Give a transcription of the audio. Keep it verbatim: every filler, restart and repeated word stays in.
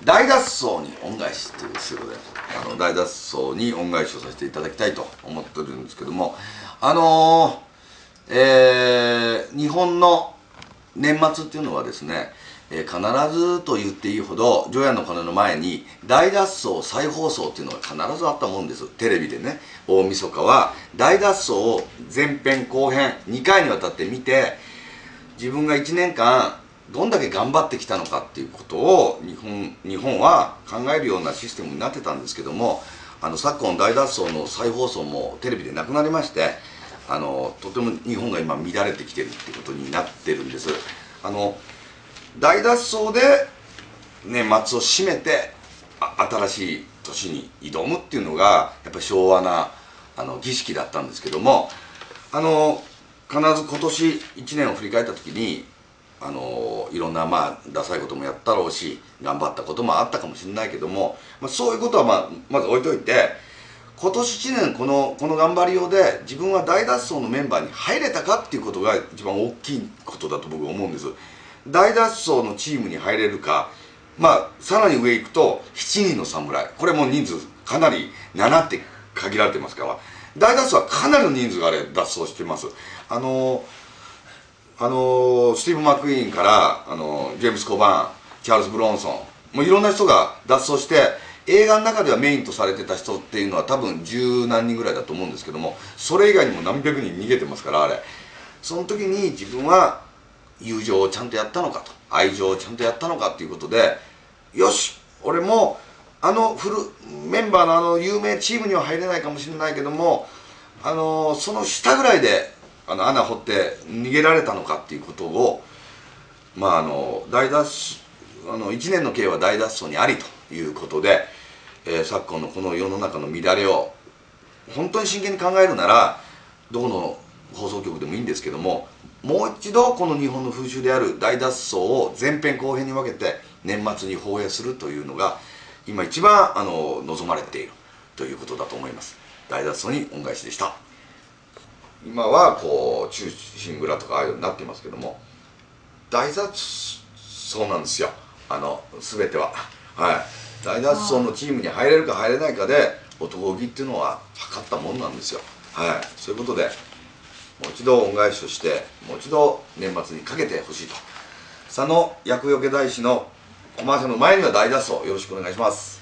大脱走に恩返しということで、あの大脱走に恩返しをさせていただきたいと思ってるんですけども、あのー、えー、日本の年末っていうのはですね、えー、必ずと言っていいほど除夜の鐘の前に大脱走再放送っていうのが必ずあったもんです。テレビでね、大晦日は大脱走を前編後編にかいにわたって見て、自分がいちねんかんどんだけ頑張ってきたのかっていうことを日本日本は考えるようなシステムになってたんですけども、あの昨今大脱走の再放送もテレビでなくなりまして、あのとても日本が今乱れてきてるっていうことになってるんです。あの大脱走で年末を締めて新しい年に挑むっていうのがやっぱり昭和なあの儀式だったんですけども、あの必ず今年いちねんを振り返った時にあのいろんなまあダサいこともやったろうし頑張ったこともあったかもしれないけども、まあ、そういうことはまあまず置いといて、今年いちねんこのこの頑張りようで自分は大脱走のメンバーに入れたかっていうことが一番大きいことだと僕は思うんです。大脱走のチームに入れるか、まあさらに上行くとしちにんの侍、これも人数かなりななって限られてますから、大脱走はかなりの人数があれ脱走してます。あのあのスティーブ・マクイーンからあのジェームス・コバーン、チャールズ・ブロンソン、もういろんな人が脱走して、映画の中ではメインとされてた人っていうのは多分十何人ぐらいだと思うんですけども、それ以外にも何百人逃げてますから、あれその時に自分は友情をちゃんとやったのかと、愛情をちゃんとやったのかっていうことで、よし俺もあのフルメンバーのあの有名チームには入れないかもしれないけども、あのその下ぐらいであの穴掘って逃げられたのかっていうことを、まああの大脱あのいちねんの計は大脱走にありということで、えー、昨今のこの世の中の乱れを本当に真剣に考えるなら、どこの放送局でもいいんですけども、もう一度この日本の風習である大脱走を前編後編に分けて年末に放映するというのが今一番あの望まれているということだと思います。大脱走に恩返しでした。今はこう忠臣蔵とかああいうようになっていますけども、大脱走なんですよ、あの全ては。はい、大脱走のチームに入れるか入れないかで男気っていうのは測ったもんなんですよ。はい、そういうことでもう一度恩返しをして、もう一度年末にかけてほしいと。佐野厄除け大師のコマーシャルの前には大脱走よろしくお願いします。